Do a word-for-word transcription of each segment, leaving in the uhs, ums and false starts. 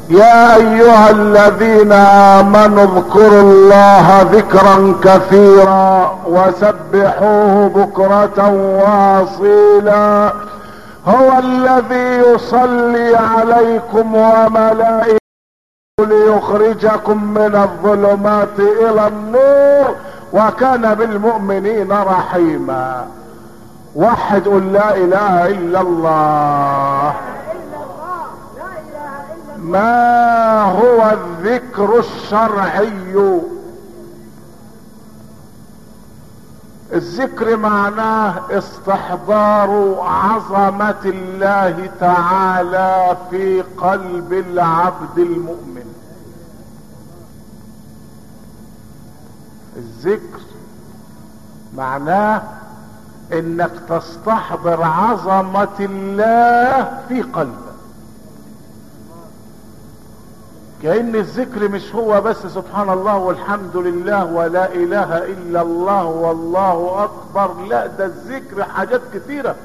يا ايها الذين امنوا اذكروا الله ذكرا كثيرا وسبحوه بكرة واصيلا. هو الذي يصلي عليكم وملائكته ليخرجكم من الظلمات الى النور وكان بالمؤمنين رحيما. وحد قل لا اله الا الله. ما هو الذكر الشرعي؟ الذكر معناه استحضار عظمة الله تعالى في قلب العبد المؤمن. الذكر معناه انك تستحضر عظمة الله في قلبك. كأن الذكر مش هو بس سبحان الله والحمد لله ولا اله الا الله والله اكبر، لا، ده الذكر حاجات كتيرة.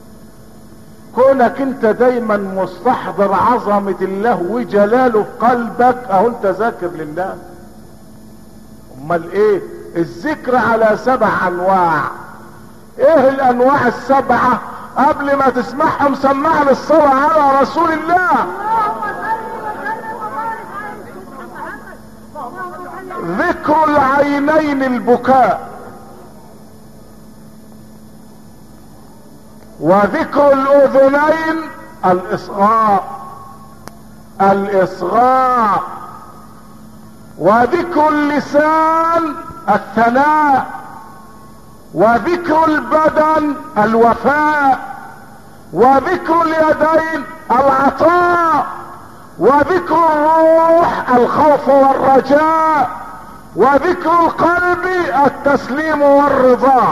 كونك انت دايما مستحضر عظمة الله وجلاله في قلبك اهو انت ذاكر لله. امال ايه؟ الذكر على سبع انواع. ايه الانواع السبعة؟ قبل ما تسمعهم سمعنا الصلاة على رسول الله. ذكر العينين البكاء، وذكر الاذنين الاصغاء الاصغاء وذكر اللسان الثناء، وذكر البدن الوفاء، وذكر اليدين العطاء، وذكر الروح الخوف والرجاء، وذكر القلب التسليم والرضا.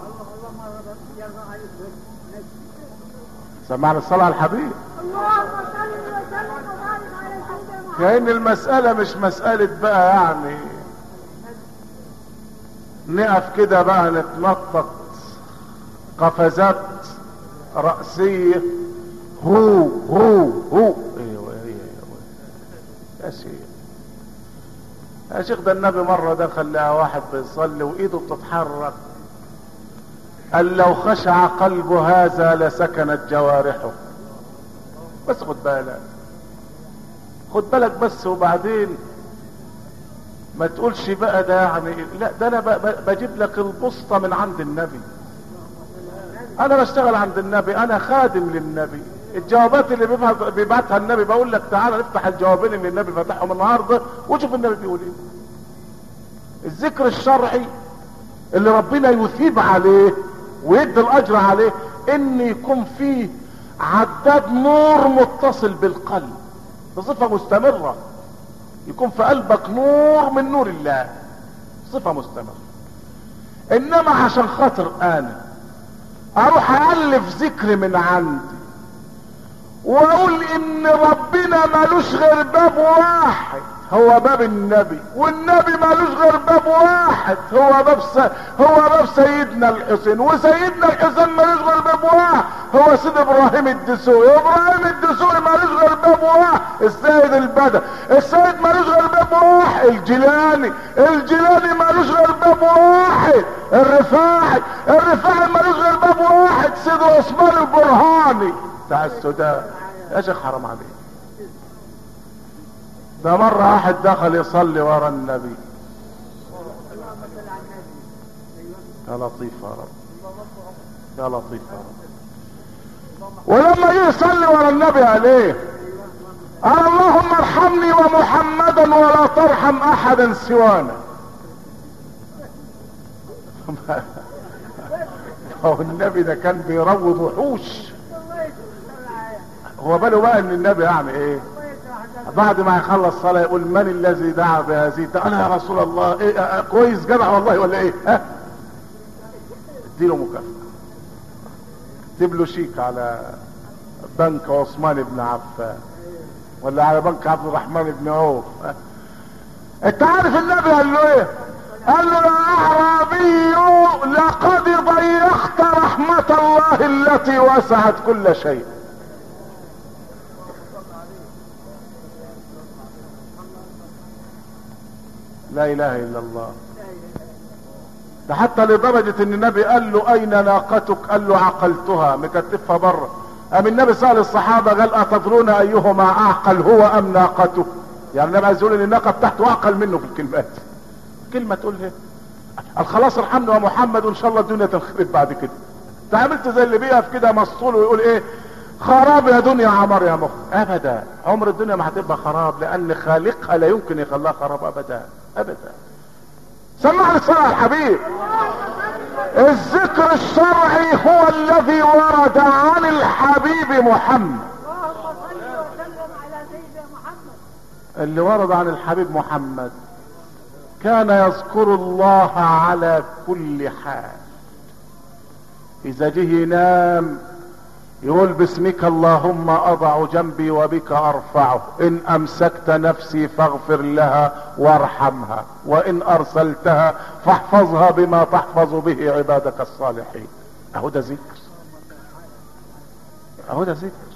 سمعنا الصلاة على الحبيب. كأن المسألة مش مسألة بقى يعني نقف كده بقى نتنطط قفزات رأسية هو هو هو ايوه ايوه يا شيخ يا شيخ. ده النبي مرة دخل لقى واحد بيصلي وايده بتتحرك، قال لو خشع قلب هذا لسكنت جوارحه. بس خد بالك خد بالك بس، وبعدين ما تقولش بقى ده يعني لا، ده انا بجيب لك البسطة من عند النبي. انا بشتغل عند النبي، انا خادم للنبي. الجوابات اللي بيبعتها النبي بقول لك تعالى نفتح الجوابين اللي النبي فتحهم النهارده وشوف النبي بيقول ايه. الذكر الشرعي اللي ربنا يثيب عليه ويدي الاجر عليه ان يكون فيه عداد نور متصل بالقلب بصفة مستمرة. يكون في قلبك نور من نور الله صفة مستمرة. انما عشان خاطر انا اروح الف ذكر من عندي واقول ان ربنا مالوش غير باب واحد هو باب النبي، والنبي مالوش غير باب واحد هو باب س... هو باب سيدنا الحسين، وسيدنا الحسين مالوش غير باب واحد هو سيد ابراهيم الدسوقي، وابراهيم الدسوقي مالوش غير باب واحد السيد البدوي، السيد مالوش غير باب واحد الجيلاني، الجيلاني مالوش غير باب واحد الرفاعي، الرفاعي مالوش غير باب واحد سيد عثمان البرهاني بتاع السودان. يا شيخ حرام عليك. ده مرة واحد دخل يصلي ورا النبي. يا لطيف يا رب يا لطيف يا رب. ولما جه يصلي ورا النبي قال ايه؟ قال اللهم ارحمني ومحمدا ولا ترحم احدا سوانا. هو النبي ده كان بيروض وحوش. هو باله بقى ان النبي يعني ايه بعد ما يخلص صلاة يقول من الذي دعا بهذه؟ انا يا رسول الله. ايه اه كويس جدع والله ولا ايه؟ ها اديله مكافأة، اكتب له شيك على بنك عثمان بن عفان ولا على بنك عبد الرحمن بن عوف. انت عارف النبي قال له ايه؟ قال له يا اعرابي لقد ضيقت رحمة الله التي وسعت كل شيء. لا اله الا الله. ده حتى لدرجة ان النبي قال له اين ناقتك؟ قال له عقلتها، مكتفها بره. قام النبي سأل الصحابة قال اتدرون ايهما اعقل هو ام ناقته؟ يعني النبي عايز يقول ان الناقة بتاعته اعقل منه في الكلمات. كلمة تقولها الخلاص ارحمنا ومحمد وان شاء الله الدنيا تنخرب بعد كده. انت عملت زي اللي بيقف كده مسطول ويقول ايه خراب يا دنيا عمر يا مخ. ابدا، عمر الدنيا ما هتبقى خراب، لان خالقها لا يمكن يخليها خراب ابدا ابدا. سمع الصلاة على الحبيب. الذكر الشرعي هو الذي ورد عن الحبيب محمد. اللهم صل وسلم على سيدنا محمد. اللي ورد عن الحبيب محمد كان يذكر الله على كل حال. اذا جه ينام يقول باسمك اللهم اضع جنبي وبك ارفعه، ان امسكت نفسي فاغفر لها وارحمها، وان ارسلتها فاحفظها بما تحفظ به عبادك الصالحين. اهو ده ذكر، اهو ده ذكر.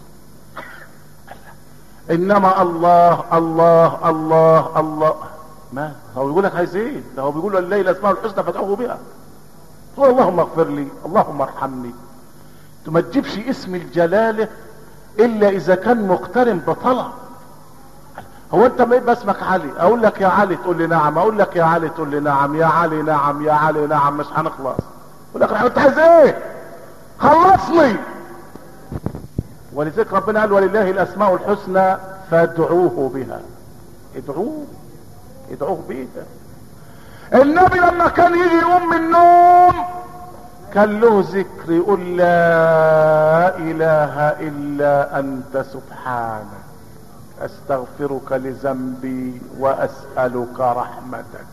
انما الله الله الله الله ما هو يقول لك عايز ايه؟ ده هو بيقول الليله اسماء الحسنى فادعوه بها. هو اللهم اغفر لي، اللهم ارحمني. ما تجيبش اسم الجلاله الا اذا كان مقترن بطلب. هو انت ما يبقى اسمك علي اقول لك يا علي تقول لي نعم، اقول لك يا علي تقول لي نعم، يا علي نعم، يا علي نعم، مش هنخلص. اقول لك انت عايز ايه؟ خلصني. ولذلك ربنا قال ولله الاسماء الحسنى فادعوه بها. ادعوه ادعوه بها. النبي لما كان يجي يقوم من النوم كان له ذكر يقول لا اله الا انت سبحانك استغفرك لذنبي واسألك رحمتك.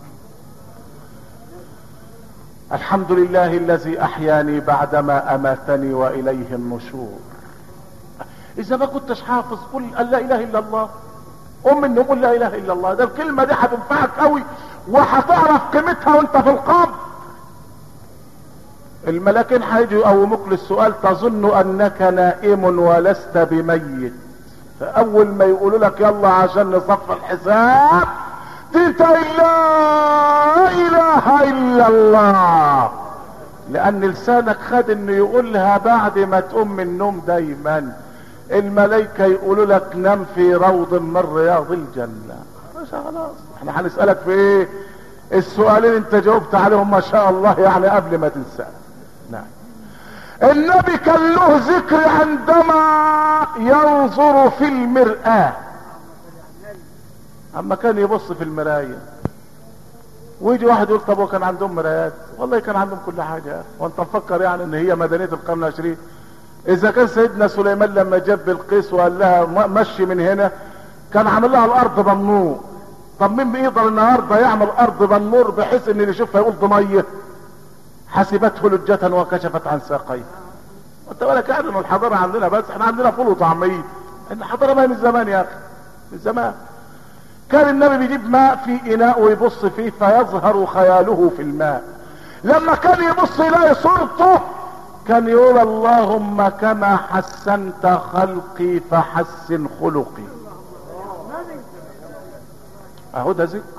الحمد لله الذي احياني بعدما اماتني واليه النشور. اذا ما كنتش حافظ قل لا اله الا الله. قم من النوم قل لا اله الا الله. ده الكلمة دي هتنفعك قوي وهتعرف قيمتها وانت في القبر. الملاكين هيجوا يقوموك للسؤال تظن انك نائم ولست بميت، فاول ما يقولوا لك يلا عشان نصف الحساب تنتهي لا اله الا الله، لان لسانك خد انه يقولها بعد ما تقوم من النوم. دايما الملائكة يقولوا لك نم في روض من رياض الجنة. مش خلاص احنا هنسألك في ايه؟ السؤالين انت جاوبت عليهم ما شاء الله يعني قبل ما تنسى. نعم. النبي كان له ذكر عندما ينظر في المرآة. اما كان يبص في المراية ويجي واحد يقول طب وكان عندهم مرايات؟ والله كان عندهم كل حاجة. وانت مفكر يعني ان هي مدنية القرن العشرين؟ اذا كان سيدنا سليمان لما جاب بلقيس وقال لها مشي من هنا كان عامل لها الارض بالنور. طب مين بيقدر النهارده يعمل ارض بالنور بحيث ان اللي يشوفها يقول ضميه؟ حسبته لجة وكشفت عن ساقيه. انت بالك يعني ان الحضاره عندنا بس؟ احنا عندنا فول وطعميه. الحضاره ما من زمان يا اخي، من زمان. كان النبي بيجيب ماء في اناء ويبص فيه فيظهر خياله في الماء. لما كان يبص يلاقي صورته كان يقول اللهم كما حسنت خلقي فحسن خلقي. اهو ده ذكر،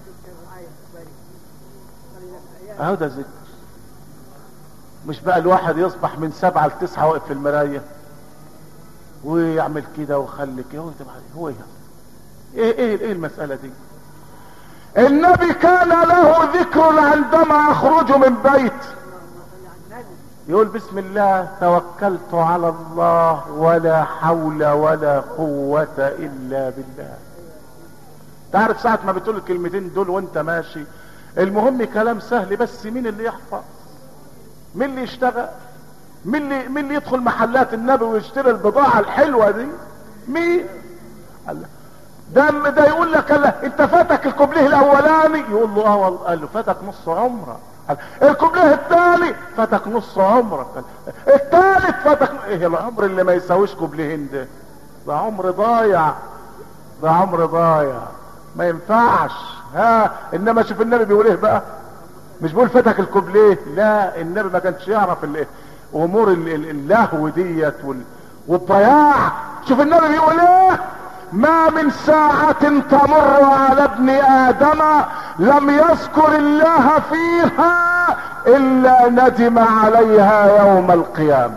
اهو ده ذكر. مش بقى الواحد يصبح من سبعة لتسعة واقف في المراية ويعمل كده وخلي كده. هو ايه ايه ايه, إيه المسألة دي؟ النبي كان له ذكر عندما يخرج من بيت يقول بسم الله توكلت على الله ولا حول ولا قوة الا بالله. تعرف ساعة ما بتقول الكلمتين دول وانت ماشي المهم كلام سهل، بس مين اللي يحفظ؟ مين اللي يشتغل؟ مين اللي مين اللي يدخل محلات النبي ويشتري البضاعة الحلوة دي؟ مين؟ الله. ده ده يقول لك الله انت فاتك الكوبليه الاولاني، يقول له اه والله. قال له فاتك نص عمرك. الكوبليه الثاني فاتك نص عمرك. الثالث فاتك ايه العمر اللي ما يساويش كوبليهين ده؟ ده عمر ضايع، ده عمر ضايع ما ينفعش. ها انما شوف النبي بيقول ايه بقى؟ مش بيقول فاتك الكوبليه، لا النبي ما كانش يعرف امور اللهو ديت والضياع. شوف النبي بيقول ايه؟ ما من ساعة تمر على ابن ادم لم يذكر الله فيها الا ندم عليها يوم القيامة.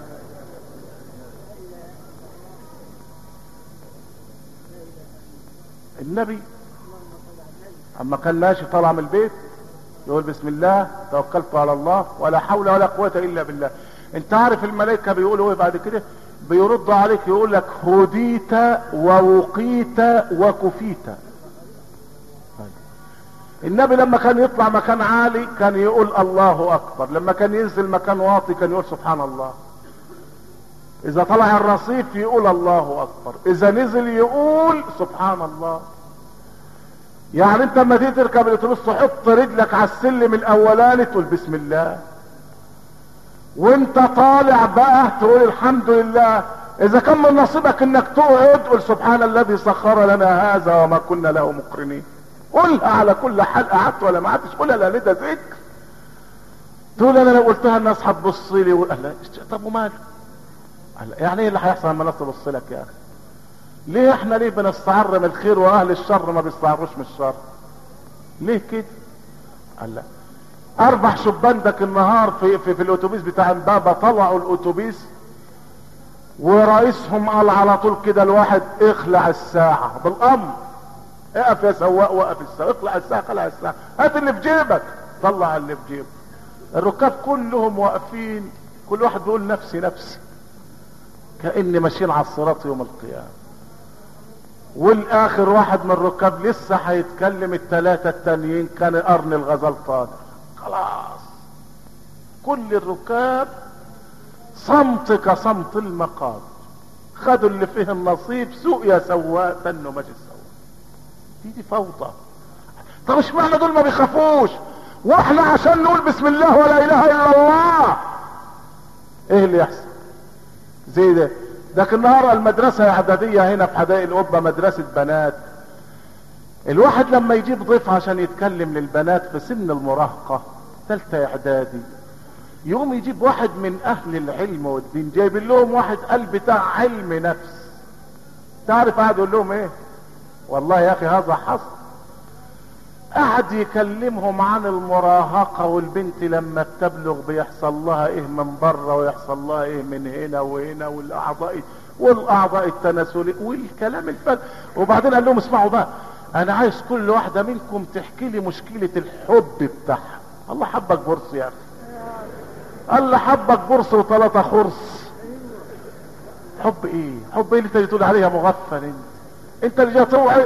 النبي اما كان ماشي طالع من البيت يقول بسم الله توكلت على الله ولا حول ولا قوة الا بالله. انت عارف الملائكة بيقولوا ايه بعد كده؟ بيردوا عليك يقول لك هديت ووقيت وكفيت. النبي لما كان يطلع مكان عالي كان يقول الله اكبر، لما كان ينزل مكان واطي كان يقول سبحان الله. اذا طلع الرصيف يقول الله اكبر، اذا نزل يقول سبحان الله. يعني انت لما تيجي تركب الاتوبيس تحط رجلك على السلم الاولاني تقول بسم الله، وانت طالع بقى تقول الحمد لله. اذا كان من نصيبك انك تقعد تقول سبحان الذي سخر لنا هذا وما كنا له مقرنين. قولها على كل حال، قعدت ولا ما قعدتش قولها لان ده ذكر. تقول انا لو قلتها الناس هتبص لي وقال طب وماله؟ يعني ايه اللي هيحصل لما الناس تبص لك يا اخي؟ ليه احنا ليه بنستعر من الخير واهل الشر ما بيستعروش من الشر؟ ليه كده؟ قال لا. اربع شبان دك النهار في, في, في الاتوبيس بتاع امبابة طلعوا الاتوبيس ورئيسهم قال على طول كده الواحد اخلع الساعة بالامر. اقف يا سواق، وقف الساعة، اخلع الساعة، خلع الساعة، هات اللي في جيبك، طلع اللي في جيبك. الركاب كلهم واقفين كل واحد بيقول نفسي نفسي، كأني ماشيين على الصراط يوم القيامة. والاخر واحد من الركاب لسه هيتكلم، الثلاثة التانيين كان قرن الغزال طالع. خلاص كل الركاب صمت كصمت المقام، خدوا اللي فيه النصيب، سوق يا سواق تنه ماشي السواق. دي دي فوضى. طب اشمعنى دول ما بيخافوش واحنا عشان نقول بسم الله ولا اله الا الله ايه اللي يحصل؟ زي ده ده النهار المدرسة الاعدادية هنا في حدائق القبة مدرسة بنات، الواحد لما يجيب ضيف عشان يتكلم للبنات في سن المراهقة ثالثة اعدادي، يقوم يجيب واحد من اهل العلم والدين، جايب لهم واحد قال بتاع علم نفس. تعرف قاعد يقول لهم ايه؟ والله يا اخي هذا حصل. قعد يكلمهم عن المراهقة، والبنت لما بتبلغ بيحصل لها ايه من بره ويحصل لها ايه من هنا وهنا، والاعضاء والاعضاء التناسلية والكلام الفل. وبعدين قال لهم اسمعوا بقى، انا عايز كل واحدة منكم تحكي لي مشكلة الحب بتاعها. الله حبك برص يا اخي، قال لي حبك برص وثلاثة خرص. حب ايه؟ حب ايه اللي انت بتقول عليها مغفل؟ انت انت اللي جاي توعظ.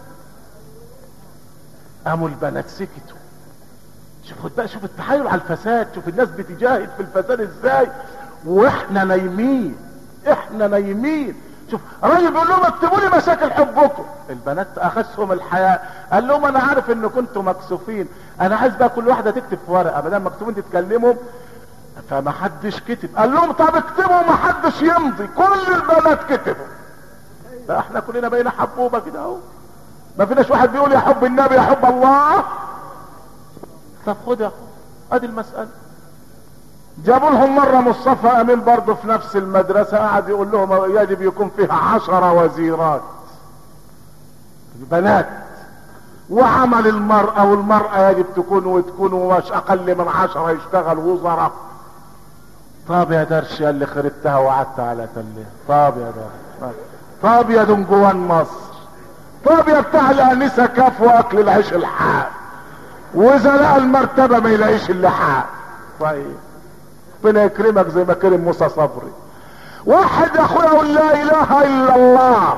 قاموا البنات سكتوا. شوفوا بقى، شوف التحايل على الفساد، شوف الناس بتجاهد في الفساد ازاي واحنا نايمين، احنا نايمين. شوف راجل بيقول لهم اكتبوا لي مشاكل حبكم، البنات اخذهم الحياء، قال لهم انا عارف ان كنتم مكسوفين، انا عايز بقى كل واحده تكتب في ورقه، ما دام مكتوبين تتكلموا. فما حدش كتب، قال لهم طب اكتبوا ما حدش يمضي، كل البنات كتبوا. فاحنا كلنا بقينا حبوبه كده اهو، ما فيناش واحد بيقول يا حب النبي يا حب الله. طب خد يا اخو ادي المسألة. جابوا لهم مرة مصطفى امين برضه في نفس المدرسة، قعد يقول لهم يجب يكون فيها عشرة وزيرات بنات، وعمل المرأة، والمرأة يجب تكون وتكون مش اقل من عشرة يشتغل وزراء. طب يا درش يا اللي خربتها وقعدت على تله، طب يا درش، طب يا دنجوان مصر، طب يا بتاع الانسة كاف واكل العيش الحاد، واذا لقى المرتبة ما يلاقيش اللحاء. طيب ربنا يكرمك زي ما كرم موسى صبري. واحد يا اخويا يقول لا اله الا الله.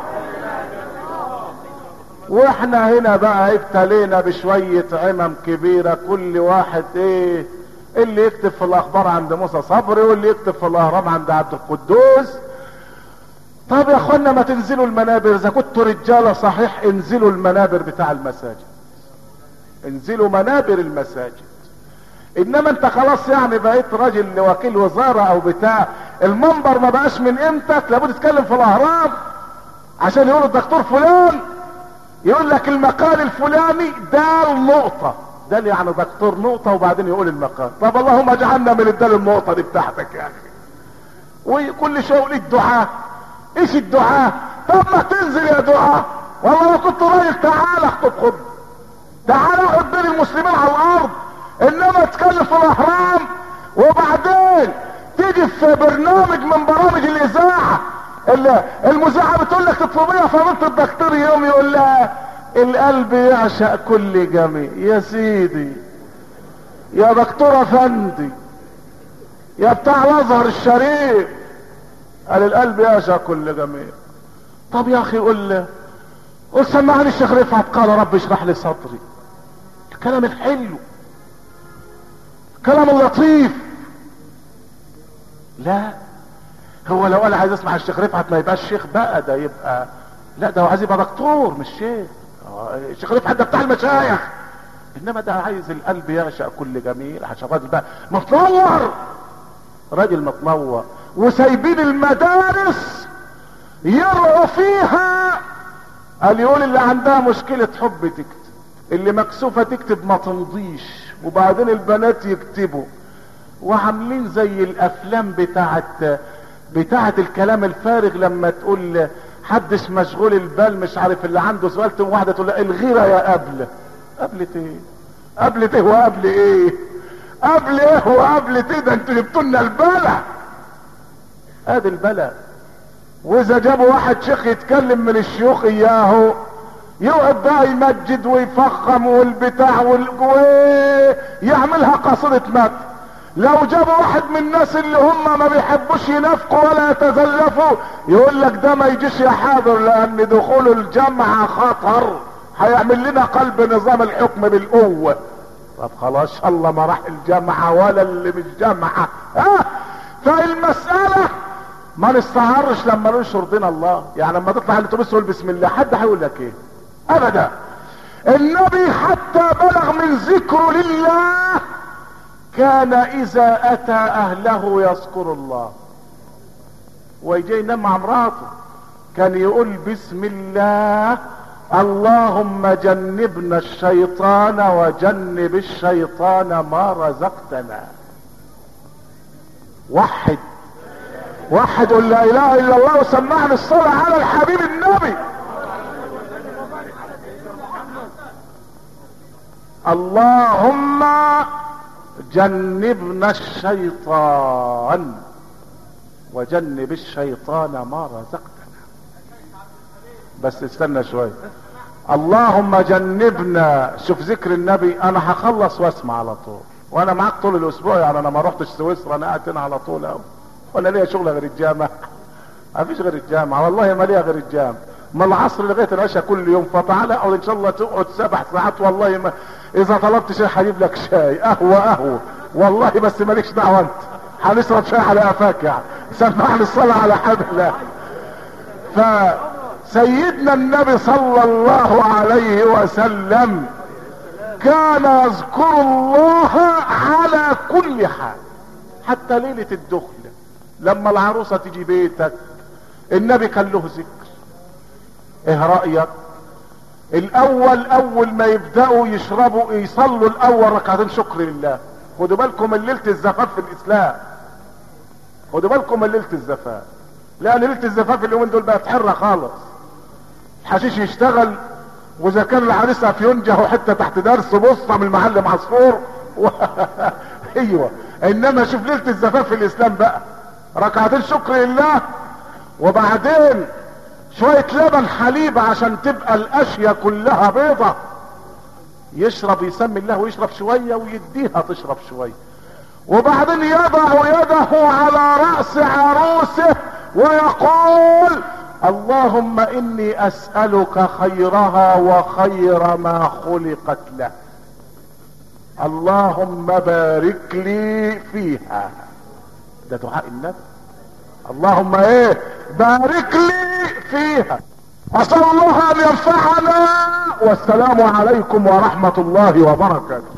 واحنا هنا بقى ابتلينا بشوية عمم كبيرة، كل واحد ايه اللي يكتب في الاخبار عند موسى صبري، واللي يكتب في الاهرام عند عبد القدوس. طب يا اخوانا ما تنزلوا المنابر، اذا كنتوا رجاله صحيح انزلوا المنابر بتاع المساجد، انزلوا منابر المساجد. انما انت خلاص يعني بقيت راجل وكيل وزارة او بتاع، المنبر ما بقاش من قيمتك، لابد تتكلم في الاهرام عشان يقولوا الدكتور فلان يقول لك المقال الفلاني ده النقطة، ده اللي يعني دكتور نقطة وبعدين يقول المقال. طب اللهم اجعلنا من الدال النقطة دي بتاعتك يا اخي. وكل شيء يقول الدعاء، ايش الدعاء؟ طب ما تنزل يا دعاء، والله لو كنت رايك تعالى اخطب خطبه، تعالى اقعد بين المسلمين على الارض، انما تكلف في الاهرام وبعدين تيجي في برنامج من برامج الاذاعه اللي المذيعه بتقول لك تطلبيها فضيله الدكتور، يوم يقول لها القلب يعشق كل جميل. يا سيدي يا دكتور افندي يا بتاع الازهر الشريف، قال القلب يعشق كل جميل. طب يا اخي قول له، قول سمعني الشيخ رفعت قال رب اشرح لي صدري، الكلام الحلو، الكلام اللطيف. لا، هو لو قال عايز اسمع الشيخ رفعت ما يبقاش شيخ بقى، ده يبقى لا، ده هو عايز يبقى دكتور مش شيخ. الشيخ رفعت ده بتاع المشايخ، انما ده عايز القلب يعشق كل جميل، عشان راجل بقى متنور، راجل متنور. وسايبين المدارس يرعوا فيها، قال يقول اللي عندها مشكلة حب تكتب، اللي مكسوفة تكتب ما تمضيش، وبعدين البنات يكتبوا، وعاملين زي الافلام بتاعت بتاعت الكلام الفارغ، لما تقول حدش مشغول البال مش عارف اللي عنده سؤال، تقوم واحدة تقول الغيرة يا قبل قبل ايه قبل ايه وقبل ايه قبل ايه وقبل ايه، ده انتوا جبتوا لنا البلا، ادي البلا. واذا جابوا واحد شيخ يتكلم من الشيوخ اياه، يقعد بقى يمجد ويفخم والبتاع ويعملها قصيدة مات. لو جابوا واحد من الناس اللي هم ما بيحبوش ينافقوا ولا يتزلفوا، يقول لك ده ما يجيش يا حاضر لان دخول الجامعة خطر، هيعمل لنا قلب نظام الحكم بالقوة. طب خلاص الله ما راح الجامعة ولا اللي مش جامعة، ها. فالمسألة ما نستعرش لما ننشر دين الله، يعني لما تطلع الاتوبيس تقول بسم الله، حد هيقول لك ايه؟ ابدا. النبي حتى بلغ من ذكره لله كان اذا اتى اهله يذكر الله، ويجي ينام مع مراته كان يقول بسم الله اللهم جنبنا الشيطان وجنب الشيطان ما رزقتنا. وحد وحد قل لا اله الا الله وسمعني الصلاة على الحبيب النبي. اللهم جنبنا الشيطان وجنب الشيطان ما رزقتنا. بس استنى شوية، اللهم جنبنا، شوف ذكر النبي. انا هخلص واسمع على طول، وانا معاك طول الاسبوع، يعني انا ما رحتش سويسرا، انا قاعد هنا على طول اهو، ولا ليا شغل غير الجامعة؟ ما فيش غير الجامعة، والله ما ليا غير الجامعة، ما العصر لغاية العشاء كل يوم. فتعالى اقعد ان شاء الله تقعد سبع ساعات، والله ما اذا طلبت شيء هجيب لك شاي قهوة قهوة والله، بس مالكش دعوة انت، هنشرب شاي على قفاك يعني. سمعني الصلاة على حبل الله. فسيدنا النبي صلى الله عليه وسلم كان يذكر الله على كل حال، حتى ليلة الدخل لما العروسة تيجي بيتك النبي كان له ذكر. ايه رأيك؟ الاول اول ما يبدأوا يشربوا يصلوا الاول ركعتين شكر لله. خدوا بالكم من ليلة الزفاف في الاسلام، خدوا بالكم من ليلة الزفاف، لان ليلة الزفاف اليومين دول بقت حرة خالص، الحشيش يشتغل، واذا كان العريس ينجح حتة تحت درس بصة من المعلم عصفور و... ايوه. انما شوف ليلة الزفاف في الاسلام بقى ركعتين شكر لله، وبعدين شوية لبن حليب عشان تبقى الاشياء كلها بيضة، يشرب يسمي الله ويشرب شوية ويديها تشرب شوية، وبعدين يضع يده على رأس عروسه ويقول اللهم اني اسألك خيرها وخير ما خلقت له، اللهم بارك لي فيها. ده دعاء النبي، اللهم ايه بارك لي فيها. اسأل الله ان ينفعنا، والسلام عليكم ورحمة الله وبركاته.